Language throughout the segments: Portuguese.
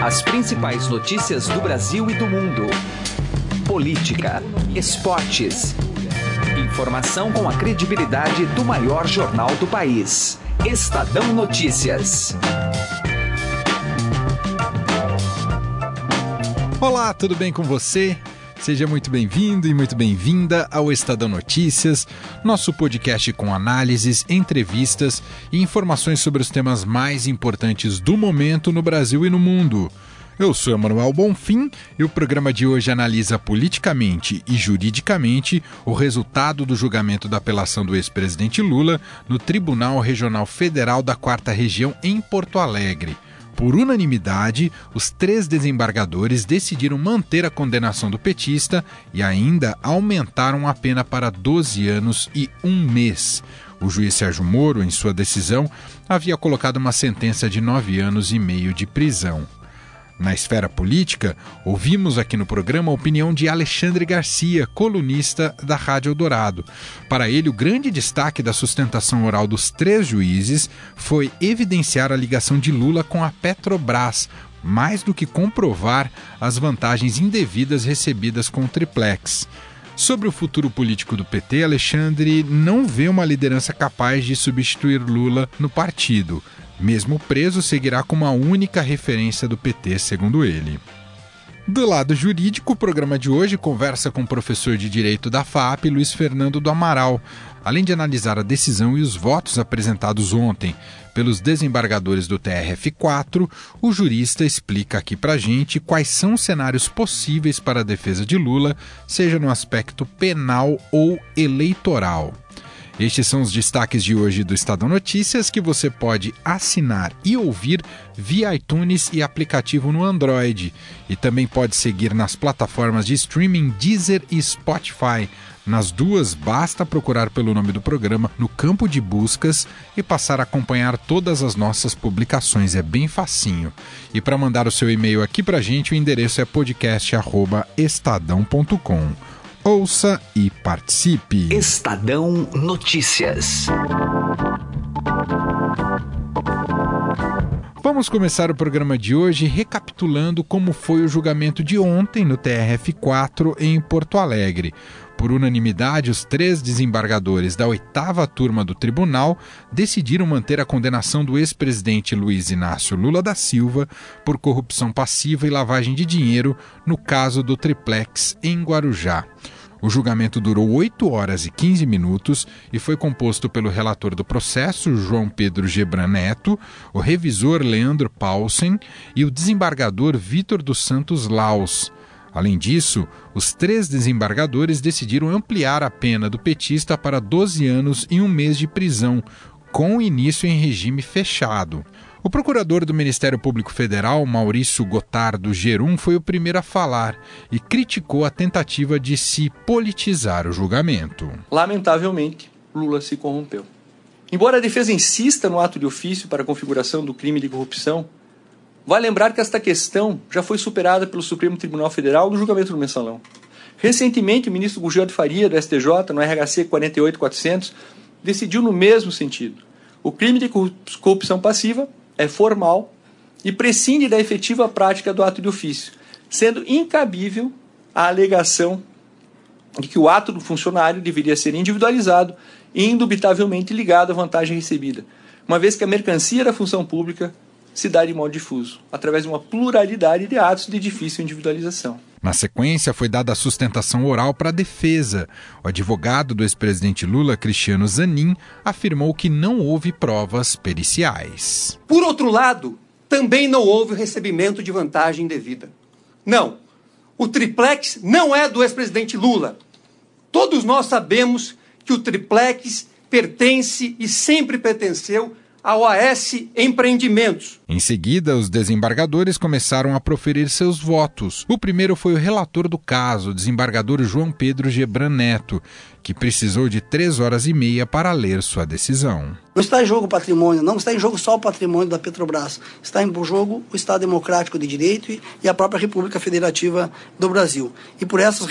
As principais notícias do Brasil e do mundo. Política, esportes. Informação com a credibilidade do maior jornal do país. Estadão Notícias. Olá, tudo bem com você? Seja muito bem-vindo e muito bem-vinda ao Estadão Notícias, nosso podcast com análises, entrevistas e informações sobre os temas mais importantes do momento no Brasil e no mundo. Eu sou Emanuel Bonfim e o programa de hoje analisa politicamente e juridicamente o resultado do julgamento da apelação do ex-presidente Lula no Tribunal Regional Federal da 4ª Região em Porto Alegre. Por unanimidade, os 3 desembargadores decidiram manter a condenação do petista e ainda aumentaram a pena para 12 anos e 1 mês. O juiz Sérgio Moro, em sua decisão, havia colocado uma sentença de 9 anos e meio de prisão. Na esfera política, ouvimos aqui no programa a opinião de Alexandre Garcia, colunista da Rádio Eldorado. Para ele, o grande destaque da sustentação oral dos 3 juízes foi evidenciar a ligação de Lula com a Petrobras, mais do que comprovar as vantagens indevidas recebidas com o triplex. Sobre o futuro político do PT, Alexandre não vê uma liderança capaz de substituir Lula no partido. Mesmo preso, seguirá como a única referência do PT, segundo ele. Do lado jurídico, o programa de hoje conversa com o professor de Direito da FAAP, Luiz Fernando do Amaral, além de analisar a decisão e os votos apresentados ontem pelos desembargadores do TRF4, o jurista explica aqui pra gente quais são os cenários possíveis para a defesa de Lula, seja no aspecto penal ou eleitoral. Estes são os destaques de hoje do Estadão Notícias, que você pode assinar e ouvir via iTunes e aplicativo no Android. E também pode seguir nas plataformas de streaming Deezer e Spotify. Nas duas, basta procurar pelo nome do programa no campo de buscas e passar a acompanhar todas as nossas publicações. É bem facinho. E para mandar o seu e-mail aqui pra gente, o endereço é podcast@estadão.com. Ouça e participe. Estadão Notícias. Vamos começar o programa de hoje recapitulando como foi o julgamento de ontem no TRF4 em Porto Alegre. Por unanimidade, os 3 desembargadores da 8ª turma do tribunal decidiram manter a condenação do ex-presidente Luiz Inácio Lula da Silva por corrupção passiva e lavagem de dinheiro no caso do triplex em Guarujá. O julgamento durou 8 horas e 15 minutos e foi composto pelo relator do processo, João Pedro Gebran Neto, o revisor Leandro Paulsen e o desembargador Vitor dos Santos Laus. Além disso, os 3 desembargadores decidiram ampliar a pena do petista para 12 anos e 1 mês de prisão, com início em regime fechado. O procurador do Ministério Público Federal, Maurício Gotardo Gerum, foi o primeiro a falar e criticou a tentativa de se politizar o julgamento. Lamentavelmente, Lula se corrompeu. Embora a defesa insista no ato de ofício para a configuração do crime de corrupção, vale lembrar que esta questão já foi superada pelo Supremo Tribunal Federal no julgamento do Mensalão. Recentemente, o ministro Gugel de Faria, do STJ, no RHC 48400, decidiu no mesmo sentido. O crime de corrupção passiva é formal e prescinde da efetiva prática do ato de ofício, sendo incabível a alegação de que o ato do funcionário deveria ser individualizado e indubitavelmente ligado à vantagem recebida, uma vez que a mercancia da função pública se dá de modo difuso, através de uma pluralidade de atos de difícil individualização. Na sequência, foi dada a sustentação oral para a defesa. O advogado do ex-presidente Lula, Cristiano Zanin, afirmou que não houve provas periciais. Por outro lado, também não houve o recebimento de vantagem indevida. Não, o triplex não é do ex-presidente Lula. Todos nós sabemos que o triplex pertence e sempre pertenceu a OAS Empreendimentos. Em seguida, os desembargadores começaram a proferir seus votos. O primeiro foi o relator do caso, o desembargador João Pedro Gebran Neto, que precisou de 3 horas e meia para ler sua decisão. Não está em jogo o patrimônio, não está em jogo só o patrimônio da Petrobras. Está em jogo o Estado Democrático de Direito e a própria República Federativa do Brasil. E por essas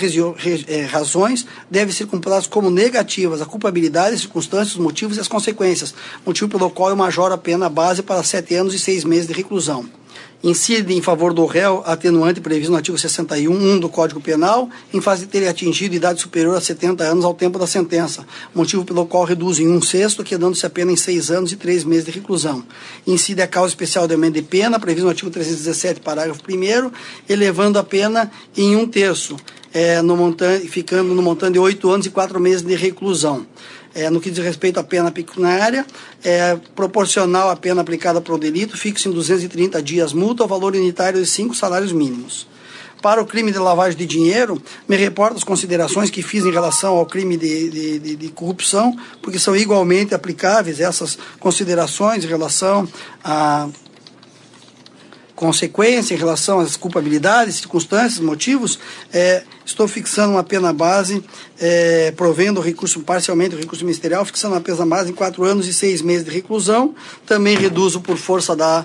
razões devem ser computadas como negativas a culpabilidade, as circunstâncias, os motivos e as consequências, motivo pelo qual eu majoro a pena base para 7 anos e 6 meses de reclusão. incide em favor do réu atenuante previsto no artigo 61 do Código Penal, em face de ter atingido idade superior a 70 anos ao tempo da sentença, motivo pelo qual reduz em 1/6, quedando-se a pena em 6 anos e 3 meses de reclusão. Incide a causa especial de aumento de pena, previsto no artigo 317, parágrafo 1º, elevando a pena em 1/3, ficando no montante de 8 anos e 4 meses de reclusão. No que diz respeito à pena pecuniária, proporcional à pena aplicada para o delito, fixa em 230 dias multa ao valor unitário de 5 salários mínimos. Para o crime de lavagem de dinheiro, me reporto as considerações que fiz em relação ao crime de corrupção, porque são igualmente aplicáveis essas considerações em relação à consequência, em relação às culpabilidades, circunstâncias, motivos. Estou fixando uma pena base, provendo o recurso, parcialmente o recurso ministerial, fixando uma pena base em 4 anos e 6 meses de reclusão. Também reduzo por força da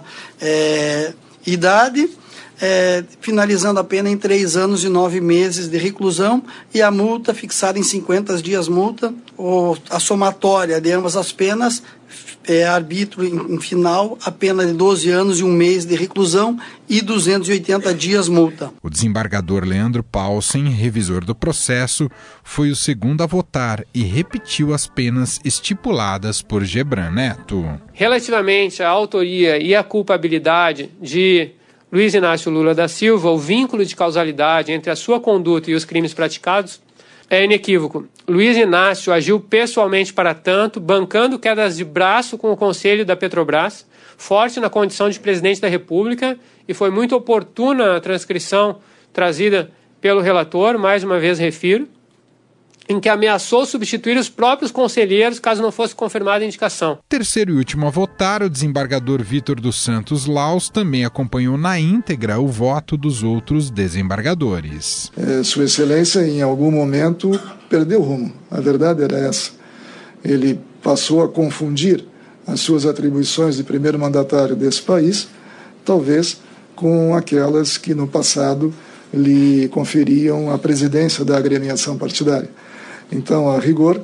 idade, finalizando a pena em 3 anos e 9 meses de reclusão, e a multa fixada em 50 dias multa, ou a somatória de ambas as penas, arbítrio em final, a pena de 12 anos e 1 mês de reclusão e 280 dias multa. O desembargador Leandro Paulsen, revisor do processo, foi o segundo a votar e repetiu as penas estipuladas por Gebran Neto. Relativamente à autoria e à culpabilidade de Luiz Inácio Lula da Silva, o vínculo de causalidade entre a sua conduta e os crimes praticados é inequívoco. Luiz Inácio agiu pessoalmente para tanto, bancando quedas de braço com o Conselho da Petrobras, forte na condição de presidente da República, e foi muito oportuna a transcrição trazida pelo relator, mais uma vez refiro, em que ameaçou substituir os próprios conselheiros caso não fosse confirmada a indicação. Terceiro e último a votar, o desembargador Vitor dos Santos Laus também acompanhou na íntegra o voto dos outros desembargadores. Sua Excelência, em algum momento, perdeu o rumo. A verdade era essa. Ele passou a confundir as suas atribuições de primeiro mandatário desse país, talvez com aquelas que no passado lhe conferiam a presidência da agremiação partidária. Então, a rigor,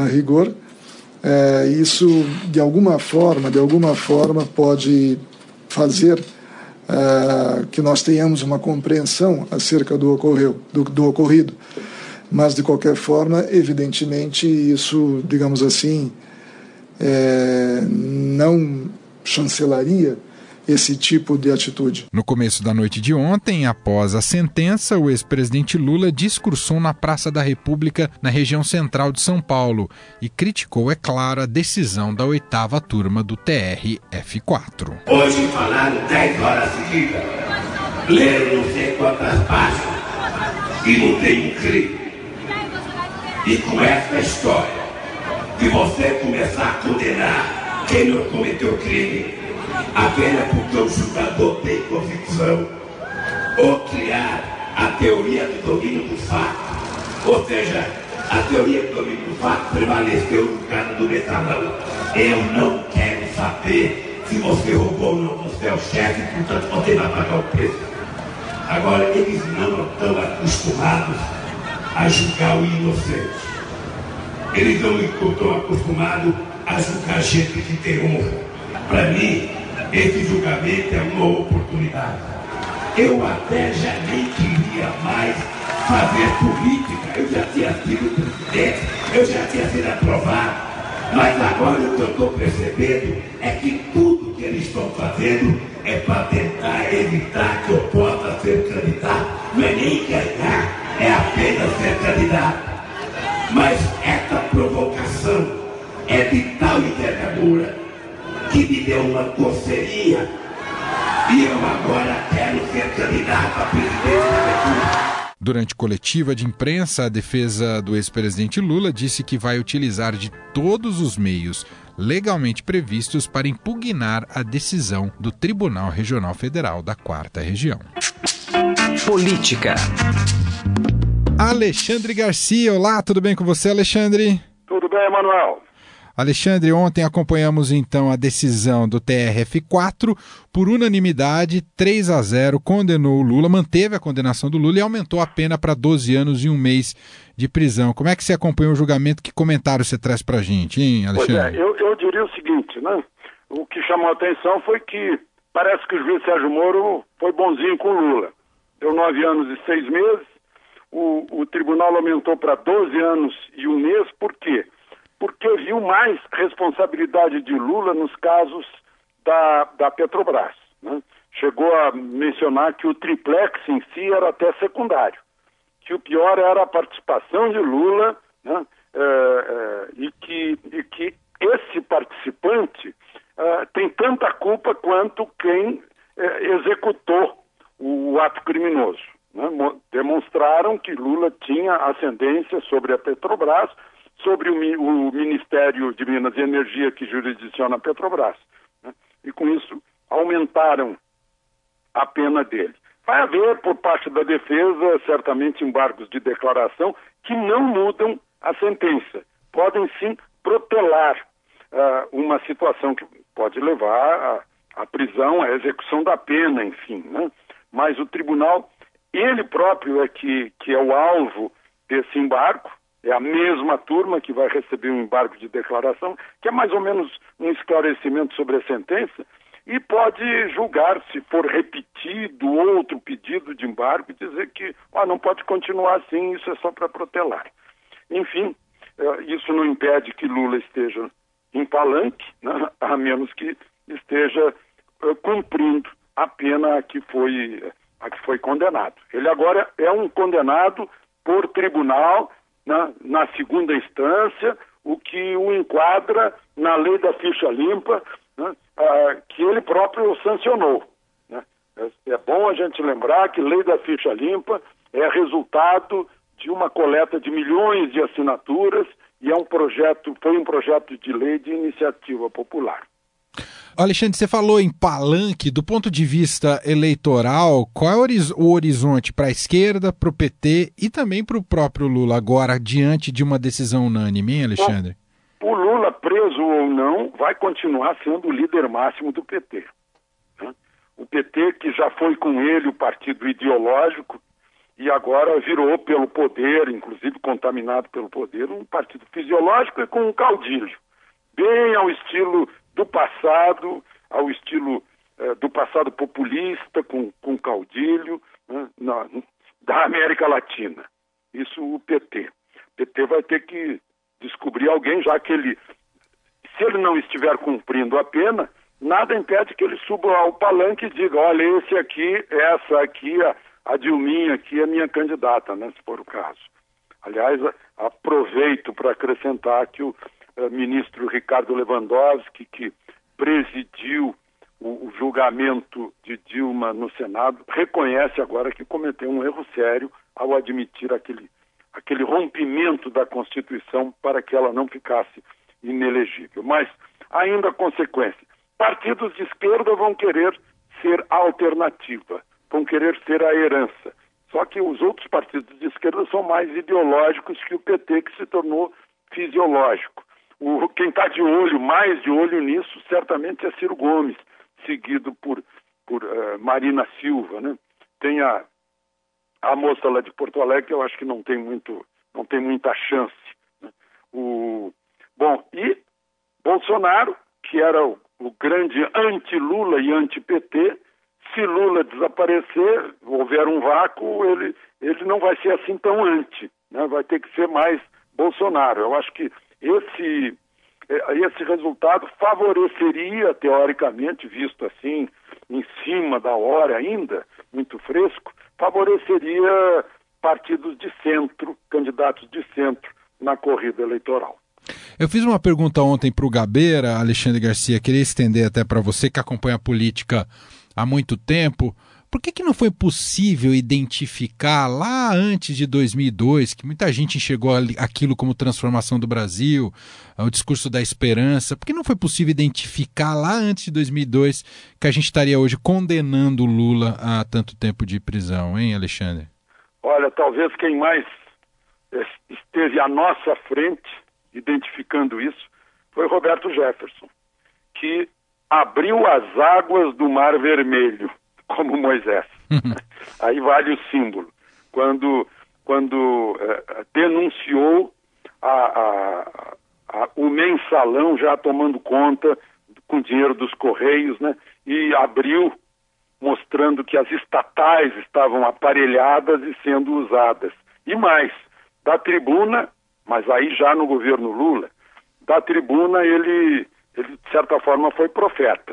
isso de alguma forma pode fazer que nós tenhamos uma compreensão acerca do ocorrido. Mas, de qualquer forma, evidentemente, isso, digamos assim, não chancelaria esse tipo de atitude. No começo da noite de ontem, após a sentença, o ex-presidente Lula discursou na Praça da República, na região central de São Paulo, e criticou, é claro, a decisão da 8ª turma do TRF4. Hoje falaram 10 horas seguidas, leram não sei quantas páginas e não tem um crime. E com essa história de você começar a condenar quem não cometeu crime apenas porque o julgador tem convicção, ou criar a teoria do domínio do fato, ou seja, a teoria do domínio do fato prevaleceu no caso do mensalão. Eu não quero saber se você roubou ou não, você é o chefe, portanto você vai pagar o preço. Agora, eles não estão acostumados a julgar o inocente. Eles não estão acostumados a julgar gente que tem honra. Para mim, esse julgamento é uma oportunidade. Eu até já nem queria mais fazer política. Eu já tinha sido presidente, eu já tinha sido aprovado. Mas agora o que eu estou percebendo é que tudo que eles estão fazendo é para tentar evitar que eu possa ser candidato. Não é nem ganhar, é apenas ser candidato. Mas essa provocação é de tal envergadura que me deu uma coceirinha e eu agora quero ser candidato a presidente da República. Durante coletiva de imprensa, a defesa do ex-presidente Lula disse que vai utilizar de todos os meios legalmente previstos para impugnar a decisão do Tribunal Regional Federal da 4ª Região. Política. Alexandre Garcia, olá, tudo bem com você, Alexandre? Tudo bem, Emanuel. Alexandre, ontem acompanhamos então a decisão do TRF4, por unanimidade, 3-0, condenou o Lula, manteve a condenação do Lula e aumentou a pena para 12 anos e 1 mês de prisão. Como é que você acompanhou o julgamento? Que comentário você traz para a gente, hein, Alexandre? Pois é, eu diria o seguinte, né? O que chamou a atenção foi que parece que o juiz Sérgio Moro foi bonzinho com o Lula. Deu 9 anos e 6 meses, o tribunal aumentou para 12 anos e 1 mês. Por quê? Porque viu mais responsabilidade de Lula nos casos da Petrobras, né? Chegou a mencionar que o triplex em si era até secundário, que o pior era a participação de Lula, né? E que esse participante tem tanta culpa quanto quem executou o ato criminoso, né? Demonstraram que Lula tinha ascendência sobre a Petrobras, sobre o Ministério de Minas e Energia que jurisdiciona a Petrobras, né? E com isso aumentaram a pena dele. Vai haver, por parte da defesa, certamente embargos de declaração que não mudam a sentença. Podem sim protelar uma situação que pode levar à prisão, à execução da pena, enfim, né? Mas o tribunal, ele próprio é que é o alvo desse embargo, é a mesma turma que vai receber um embargo de declaração, que é mais ou menos um esclarecimento sobre a sentença, e pode julgar, se for repetido outro pedido de embargo, e dizer que não pode continuar assim, isso é só para protelar. Enfim, isso não impede que Lula esteja em Palanque, né, a menos que esteja cumprindo a pena a que foi condenado. Ele agora é um condenado por tribunal, né, na segunda instância, o que o enquadra na lei da ficha limpa, né, que ele próprio sancionou, né? É bom a gente lembrar que lei da ficha limpa é resultado de uma coleta de milhões de assinaturas e foi um projeto de lei de iniciativa popular. Alexandre, você falou em Palanque. Do ponto de vista eleitoral, qual é o horizonte para a esquerda, para o PT e também para o próprio Lula agora, diante de uma decisão unânime, hein, Alexandre? O Lula, preso ou não, vai continuar sendo o líder máximo do PT, né? O PT, que já foi com ele o partido ideológico e agora virou pelo poder, inclusive contaminado pelo poder, um partido fisiológico e com um caudilho, bem ao estilo do passado, ao estilo do passado populista, com caudilho, né, da América Latina. Isso o PT. O PT vai ter que descobrir alguém, já que se ele não estiver cumprindo a pena, nada impede que ele suba ao palanque e diga, olha, essa aqui, a Dilminha aqui é minha candidata, né, se for o caso. Aliás, aproveito para acrescentar que o ministro Ricardo Lewandowski, que presidiu o julgamento de Dilma no Senado, reconhece agora que cometeu um erro sério ao admitir aquele rompimento da Constituição para que ela não ficasse inelegível. Mas, ainda a consequência, partidos de esquerda vão querer ser a alternativa, vão querer ser a herança. Só que os outros partidos de esquerda são mais ideológicos que o PT, que se tornou fisiológico. Quem está mais de olho nisso, certamente é Ciro Gomes, seguido por Marina Silva, né? Tem a moça lá de Porto Alegre, eu acho que não tem muita chance, né? Bom, e Bolsonaro, que era o grande anti-Lula e anti-PT, se Lula desaparecer, houver um vácuo, ele não vai ser assim tão anti, né? Vai ter que ser mais Bolsonaro. Eu acho que esse resultado favoreceria, teoricamente, visto assim, em cima da hora ainda, muito fresco, favoreceria partidos de centro, candidatos de centro na corrida eleitoral. Eu fiz uma pergunta ontem para o Gabeira, Alexandre Garcia, queria estender até para você que acompanha a política há muito tempo. Por que não foi possível identificar lá antes de 2002, que muita gente enxergou aquilo como transformação do Brasil, o discurso da esperança, por que não foi possível identificar lá antes de 2002 que a gente estaria hoje condenando o Lula a tanto tempo de prisão, hein, Alexandre? Olha, talvez quem mais esteve à nossa frente identificando isso foi Roberto Jefferson, que abriu as águas do Mar Vermelho, como Moisés. Aí vale o símbolo. Quando denunciou o mensalão já tomando conta com dinheiro dos Correios, né? e abriu mostrando que as estatais estavam aparelhadas e sendo usadas. E mais, da tribuna, mas aí já no governo Lula, da tribuna ele de certa forma foi profeta.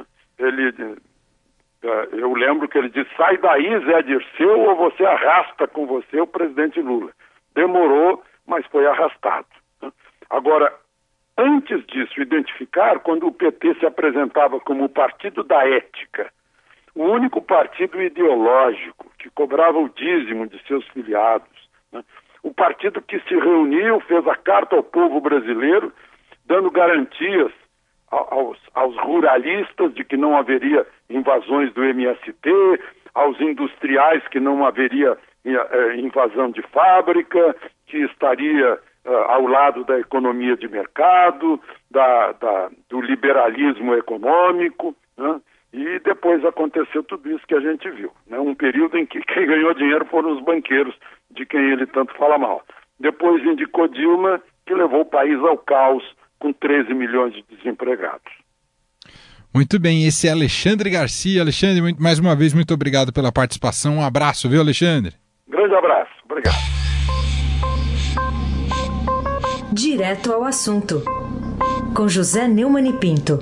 Eu lembro que ele disse: sai daí, Zé Dirceu, ou você arrasta com você o presidente Lula. Demorou, mas foi arrastado. Agora, antes disso, identificar, quando o PT se apresentava como o partido da ética, o único partido ideológico que cobrava o dízimo de seus filiados, o partido que se reuniu, fez a carta ao povo brasileiro, dando garantias aos ruralistas de que não haveria invasões do MST, aos industriais que não haveria invasão de fábrica, que estaria ao lado da economia de mercado, do liberalismo econômico, né? E depois aconteceu tudo isso que a gente viu, né? Um período em que quem ganhou dinheiro foram os banqueiros, de quem ele tanto fala mal. Depois indicou Dilma, que levou o país ao caos, com 13 milhões de desempregados. Muito bem, esse é Alexandre Garcia. Alexandre, mais uma vez, muito obrigado pela participação. Um abraço, viu, Alexandre? Grande abraço, obrigado. Direto ao assunto, com José Neumann e Pinto.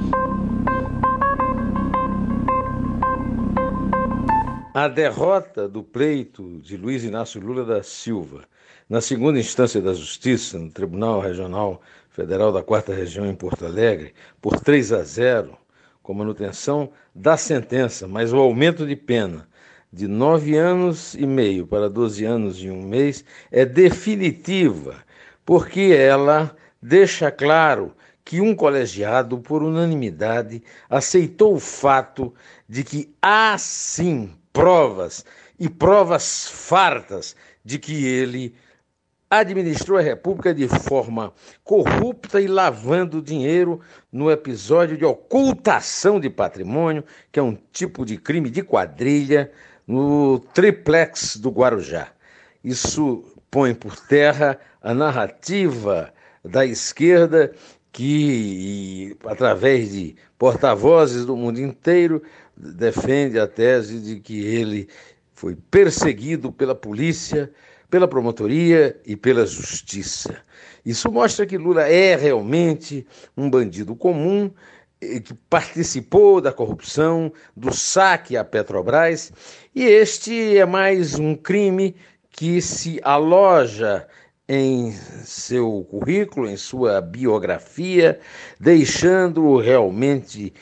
A derrota do pleito de Luiz Inácio Lula da Silva na segunda instância da Justiça, no Tribunal Regional Federal da 4ª Região em Porto Alegre, por 3-0, com manutenção da sentença, mas o aumento de pena de 9 anos e meio para 12 anos e 1 mês é definitiva, porque ela deixa claro que um colegiado, por unanimidade, aceitou o fato de que há sim provas, e provas fartas, de que ele administrou a República de forma corrupta e lavando dinheiro no episódio de ocultação de patrimônio, que é um tipo de crime de quadrilha, no triplex do Guarujá. Isso põe por terra a narrativa da esquerda que, através de porta-vozes do mundo inteiro, defende a tese de que ele foi perseguido pela polícia, pela promotoria e pela justiça. Isso mostra que Lula é realmente um bandido comum que participou da corrupção, do saque à Petrobras, e este é mais um crime que se aloja em seu currículo, em sua biografia, deixando-o realmente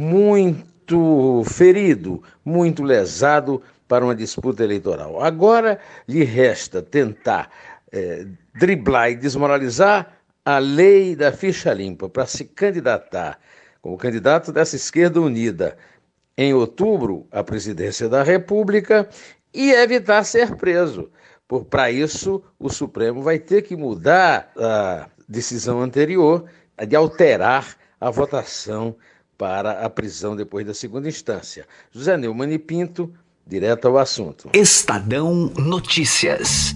muito ferido, muito lesado para uma disputa eleitoral. Agora lhe resta tentar driblar e desmoralizar a lei da ficha limpa para se candidatar como candidato dessa esquerda unida em outubro à presidência da República e evitar ser preso. Para isso, o Supremo vai ter que mudar a decisão anterior de alterar a votação para a prisão depois da segunda instância. José Neumann e Pinto, direto ao assunto. Estadão Notícias.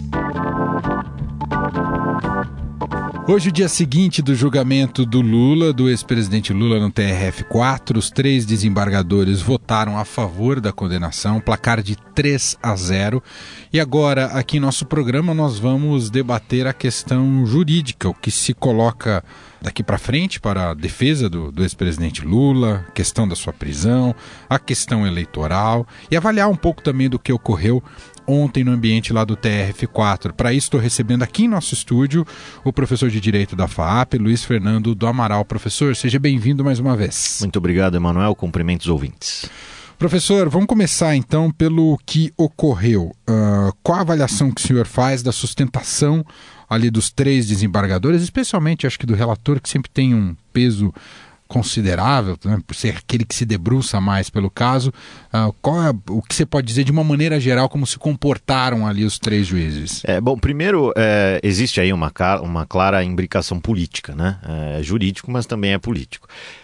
Hoje, o dia seguinte do julgamento do Lula, do ex-presidente Lula no TRF4, os 3 desembargadores votaram a favor da condenação, placar de 3-0. E agora, aqui em nosso programa, nós vamos debater a questão jurídica, o que se coloca daqui para frente para a defesa do ex-presidente Lula, a questão da sua prisão, a questão eleitoral e avaliar um pouco também do que ocorreu ontem no ambiente lá do TRF4. Para isso, estou recebendo aqui em nosso estúdio o professor de Direito da FAAP, Luiz Fernando do Amaral. Professor, seja bem-vindo mais uma vez. Muito obrigado, Emanuel. Cumprimentos ouvintes. Professor, vamos começar então pelo que ocorreu. Qual a avaliação que o senhor faz da sustentação ali dos 3 desembargadores, especialmente acho que do relator, que sempre tem um peso considerável, né, por ser aquele que se debruça mais pelo caso. Qual é o que você pode dizer de uma maneira geral como se comportaram ali os 3 juízes? Bom, primeiro, existe aí uma clara imbricação política, né? É jurídico, mas também é político.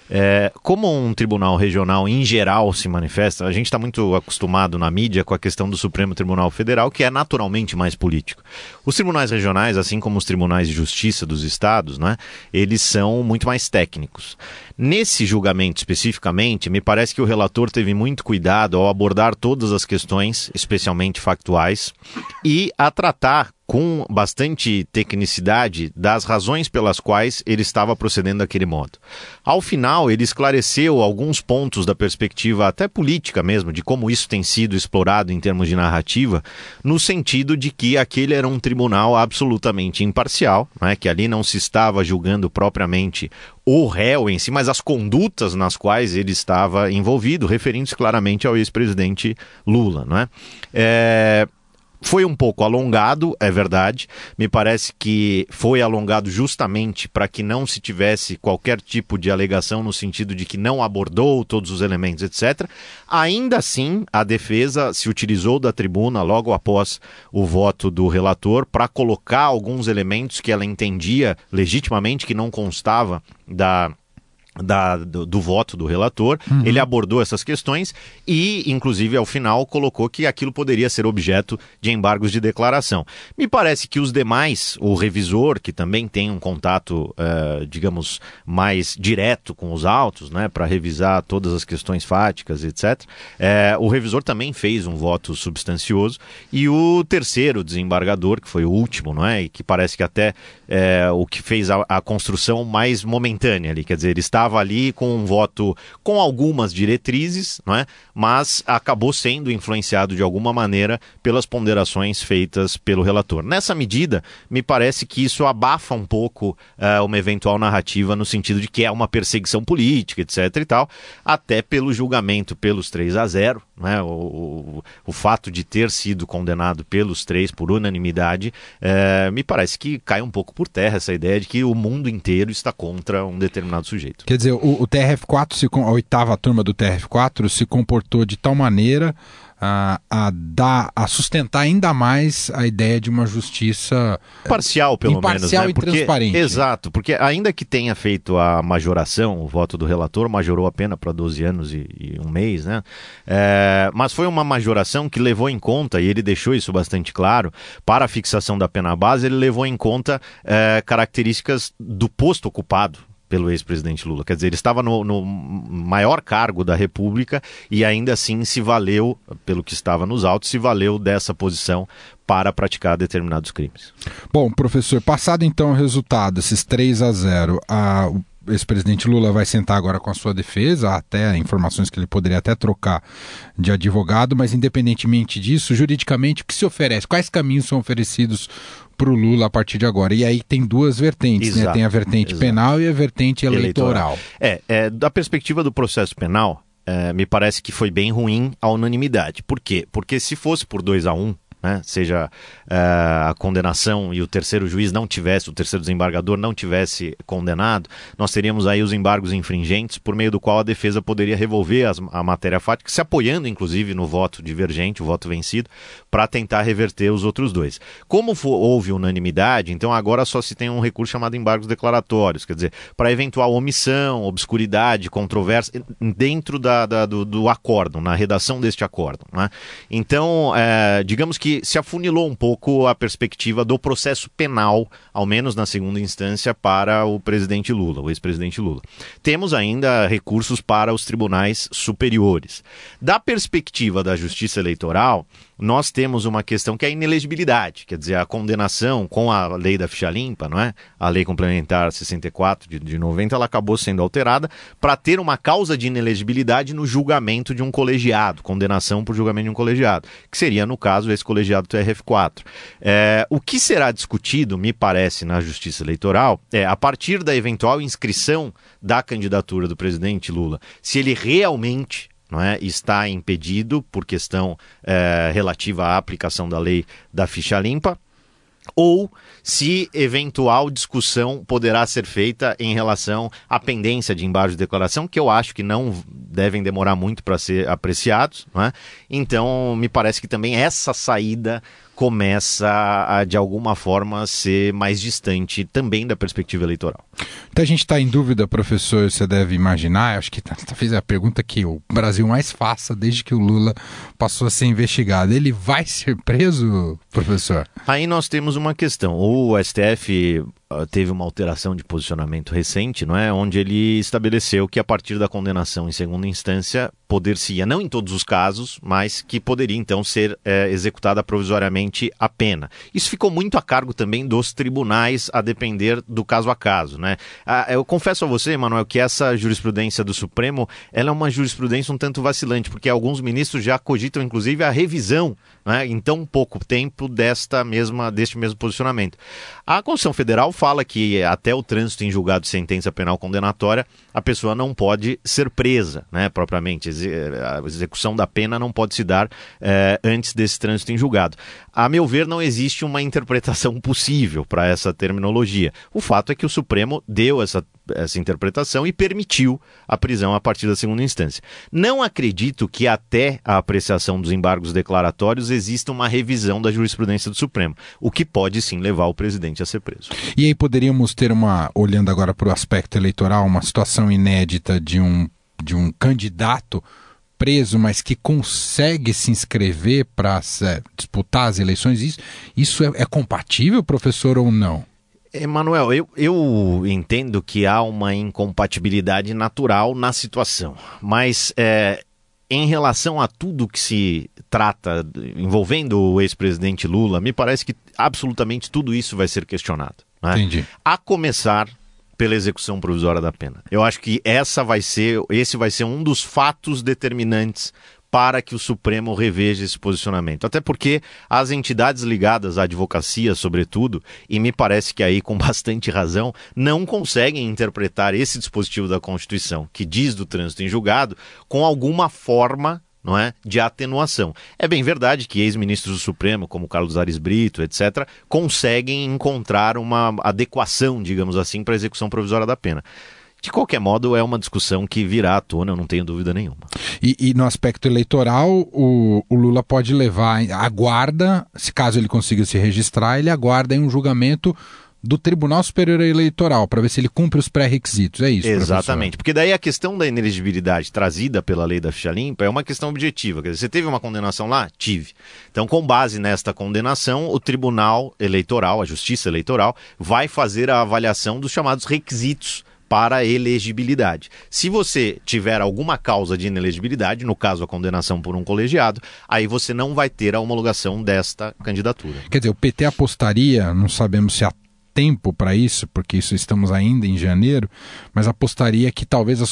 Como um tribunal regional em geral se manifesta, a gente está muito acostumado na mídia com a questão do Supremo Tribunal Federal, que é naturalmente mais político. Os tribunais regionais, assim como os tribunais de justiça dos estados, né, eles são muito mais técnicos. Nesse julgamento especificamente, me parece que o relator teve muito cuidado ao abordar todas as questões, especialmente factuais, e a tratar com bastante tecnicidade das razões pelas quais ele estava procedendo daquele modo. Ao final, ele esclareceu alguns pontos da perspectiva até política mesmo, de como isso tem sido explorado em termos de narrativa, no sentido de que aquele era um tribunal absolutamente imparcial, né, que ali não se estava julgando propriamente o réu em si, mas as condutas nas quais ele estava envolvido, referindo-se claramente ao ex-presidente Lula, não é? Foi um pouco alongado, é verdade. Me parece que foi alongado justamente para que não se tivesse qualquer tipo de alegação no sentido de que não abordou todos os elementos, etc. Ainda assim, a defesa se utilizou da tribuna logo após o voto do relator para colocar alguns elementos que ela entendia legitimamente que não constava do voto do relator. Ele abordou essas questões e, inclusive, ao final, colocou que aquilo poderia ser objeto de embargos de declaração. Me parece que os demais, o revisor, que também tem um contato, digamos, mais direto com os autos, né, para revisar todas as questões fáticas, etc., o revisor também fez um voto substancioso, e o terceiro desembargador, que foi o último, não é, e que parece que até o que fez a construção mais momentânea ali, quer dizer, ele estava ali com um voto com algumas diretrizes, não é? Mas acabou sendo influenciado de alguma maneira pelas ponderações feitas pelo relator. Nessa medida, me parece que isso abafa um pouco uma eventual narrativa no sentido de que é uma perseguição política, etc. e tal, até pelo julgamento pelos 3-0, né? O fato de ter sido condenado pelos 3 por unanimidade, me parece que cai um pouco por terra essa ideia de que o mundo inteiro está contra um determinado sujeito. Quer dizer, o TRF4, a oitava turma do TRF4 se comportou de tal maneira a sustentar ainda mais a ideia de uma justiça parcial, pelo menos, né? E transparente. Exato, porque ainda que tenha feito a majoração, o voto do relator majorou a pena para 12 anos e 1 mês, né? Mas foi uma majoração que levou em conta, e ele deixou isso bastante claro, para a fixação da pena base, ele levou em conta características do posto ocupado pelo ex-presidente Lula. Quer dizer, ele estava no maior cargo da República e ainda assim se valeu, pelo que estava nos autos, se valeu dessa posição para praticar determinados crimes. Bom, professor, passado então o resultado, esses 3-0, o ex-presidente Lula vai sentar agora com a sua defesa, até informações que ele poderia até trocar de advogado, mas independentemente disso, juridicamente, o que se oferece? Quais caminhos são oferecidos para o Lula a partir de agora? E aí tem duas vertentes, né? Tem a vertente penal e a vertente eleitoral. Da perspectiva do processo penal, me parece que foi bem ruim a unanimidade. Por quê? Porque se fosse por 2-1, né, seja a condenação e o terceiro juiz não tivesse, o terceiro desembargador não tivesse condenado, nós teríamos aí os embargos infringentes, por meio do qual a defesa poderia revolver a matéria fática, se apoiando inclusive no voto divergente, o voto vencido, para tentar reverter os outros dois. Como houve unanimidade, então agora só se tem um recurso chamado embargos declaratórios, quer dizer, para eventual omissão, obscuridade, controvérsia, dentro do acórdão, na redação deste acórdão, né? Então, digamos que se afunilou um pouco a perspectiva do processo penal, ao menos na segunda instância, para o presidente Lula, o ex-presidente Lula. Temos ainda recursos para os tribunais superiores. Da perspectiva da justiça eleitoral, nós temos uma questão que é a inelegibilidade, quer dizer, a condenação com a lei da ficha limpa, não é? A lei complementar 64 de 90, ela acabou sendo alterada para ter uma causa de inelegibilidade no julgamento de um colegiado, condenação por julgamento de um colegiado, que seria, no caso, esse colegiado TRF4. O que será discutido, me parece, na justiça eleitoral, a partir da eventual inscrição da candidatura do presidente Lula, se ele realmente está impedido por questão relativa à aplicação da lei da ficha limpa, ou se eventual discussão poderá ser feita em relação à pendência de embargos de declaração, que eu acho que não devem demorar muito para ser apreciados, não é? Então, me parece que também essa saída começa a, de alguma forma, ser mais distante também da perspectiva eleitoral. Então a gente está em dúvida, professor, você deve imaginar, acho que talvez é a pergunta que o Brasil mais faça desde que o Lula passou a ser investigado. Ele vai ser preso, professor? Aí nós temos uma questão. O STF teve uma alteração de posicionamento recente, não é? Onde ele estabeleceu que a partir da condenação em segunda instância poder-se-ia, não em todos os casos, mas que poderia então ser executada provisoriamente a pena. Isso ficou muito a cargo também dos tribunais, a depender do caso a caso, né? Eu confesso a você, Manuel, que essa jurisprudência do Supremo, ela é uma jurisprudência um tanto vacilante, porque alguns ministros já cogitam inclusive a revisão, né, em tão pouco tempo deste mesmo posicionamento. A Constituição Federal fala que até o trânsito em julgado de sentença penal condenatória, a pessoa não pode ser presa, né, propriamente. A execução da pena não pode se dar antes desse trânsito em julgado. A meu ver, não existe uma interpretação possível para essa terminologia. O fato é que o Supremo deu essa interpretação e permitiu a prisão a partir da segunda instância. Não acredito que até a apreciação dos embargos declaratórios exista uma revisão da jurisprudência do Supremo, o que pode sim levar o presidente a ser preso. E aí poderíamos ter olhando agora para o aspecto eleitoral, uma situação inédita de um candidato preso, mas que consegue se inscrever para disputar as eleições. Isso é compatível, professor, ou não? Emanuel, eu entendo que há uma incompatibilidade natural na situação, mas em relação a tudo que se trata envolvendo o ex-presidente Lula, me parece que absolutamente tudo isso vai ser questionado, né? Entendi. A começar pela execução provisória da pena. Eu acho que esse vai ser um dos fatos determinantes para que o Supremo reveja esse posicionamento. Até porque as entidades ligadas à advocacia, sobretudo, e me parece que aí com bastante razão, não conseguem interpretar esse dispositivo da Constituição, que diz do trânsito em julgado, com alguma forma, não é, de atenuação. É bem verdade que ex-ministros do Supremo, como Carlos Aires Brito, etc., conseguem encontrar uma adequação, digamos assim, para a execução provisória da pena. De qualquer modo, é uma discussão que virá à tona, eu não tenho dúvida nenhuma. E no aspecto eleitoral, o Lula pode levar, aguarda, se caso ele consiga se registrar, ele aguarda em um julgamento do Tribunal Superior Eleitoral, para ver se ele cumpre os pré-requisitos, é isso, exatamente, professor? Porque daí a questão da inelegibilidade trazida pela lei da ficha limpa é uma questão objetiva. Quer dizer, você teve uma condenação lá? Tive. Então, com base nesta condenação, o Tribunal Eleitoral, a Justiça Eleitoral, vai fazer a avaliação dos chamados requisitos para a elegibilidade. Se você tiver alguma causa de inelegibilidade, no caso a condenação por um colegiado, aí você não vai ter a homologação desta candidatura. Quer dizer, o PT apostaria, não sabemos se há tempo para isso, porque estamos ainda em janeiro, mas apostaria que talvez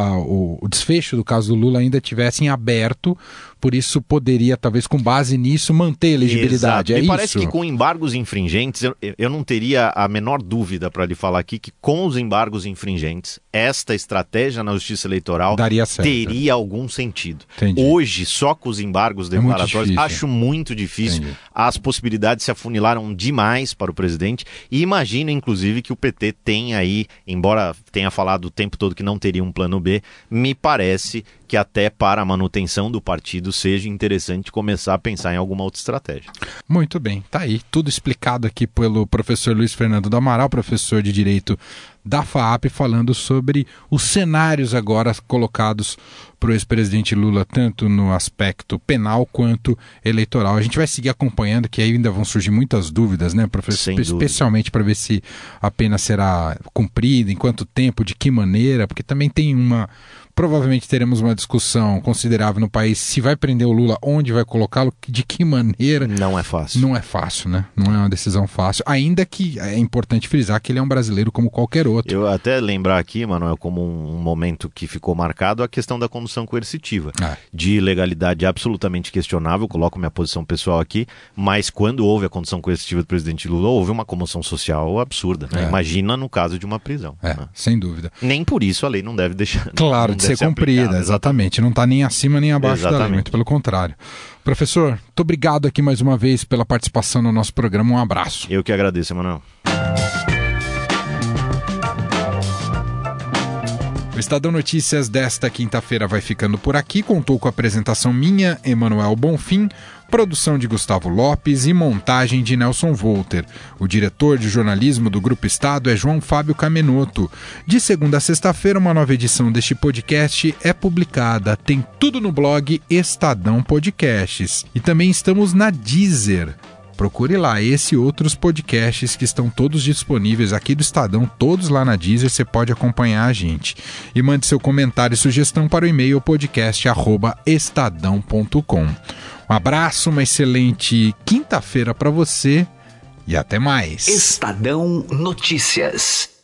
o desfecho do caso do Lula ainda tivesse em aberto, por isso poderia, talvez com base nisso, manter a elegibilidade. Me parece que com embargos infringentes, eu não teria a menor dúvida para lhe falar aqui que com os embargos infringentes, esta estratégia na Justiça Eleitoral teria algum sentido. Entendi. Hoje, só com os embargos declaratórios, acho muito difícil. Entendi. As possibilidades se afunilaram demais para o presidente e imagino, inclusive, que o PT tem aí, embora tenha falado o tempo todo que não teria um plano B, me parece que até para a manutenção do partido seja interessante começar a pensar em alguma outra estratégia. Muito bem, tá aí, tudo explicado aqui pelo professor Luiz Fernando do Amaral, professor de Direito da FAAP, falando sobre os cenários agora colocados para o ex-presidente Lula, tanto no aspecto penal quanto eleitoral. A gente vai seguir acompanhando, que ainda vão surgir muitas dúvidas, né, professor? Especialmente para ver se a pena será cumprida, em quanto tempo, de que maneira, porque também tem provavelmente teremos uma discussão considerável no país, se vai prender o Lula, onde vai colocá-lo, de que maneira. Não é fácil. Não é fácil, né? Não é uma decisão fácil, ainda que é importante frisar que ele é um brasileiro como qualquer outro. Eu até lembrar aqui, Manuel, como um momento que ficou marcado, a questão da condução coercitiva. De legalidade absolutamente questionável, coloco minha posição pessoal aqui, mas quando houve a condução coercitiva do presidente Lula, houve uma comoção social absurda, né? Imagina no caso de uma prisão. Né? Sem dúvida. Nem por isso a lei não deve deixar... Claro, de ser cumprida, exatamente. Não está nem acima nem abaixo da lei, muito pelo contrário. Professor, muito obrigado aqui mais uma vez pela participação no nosso programa. Um abraço. Eu que agradeço, Emanuel. O Estadão Notícias desta quinta-feira vai ficando por aqui. Contou com a apresentação minha, Emanuel Bonfim, produção de Gustavo Lopes e montagem de Nelson Volter. O diretor de jornalismo do Grupo Estado é João Fábio Camenoto. De segunda a sexta-feira, uma nova edição deste podcast é publicada. Tem tudo no blog Estadão Podcasts. E também estamos na Deezer. Procure lá esse e outros podcasts que estão todos disponíveis aqui do Estadão, todos lá na Deezer, você pode acompanhar a gente. E mande seu comentário e sugestão para o e-mail podcast@estadão.com. Um abraço, uma excelente quinta-feira para você e até mais. Estadão Notícias.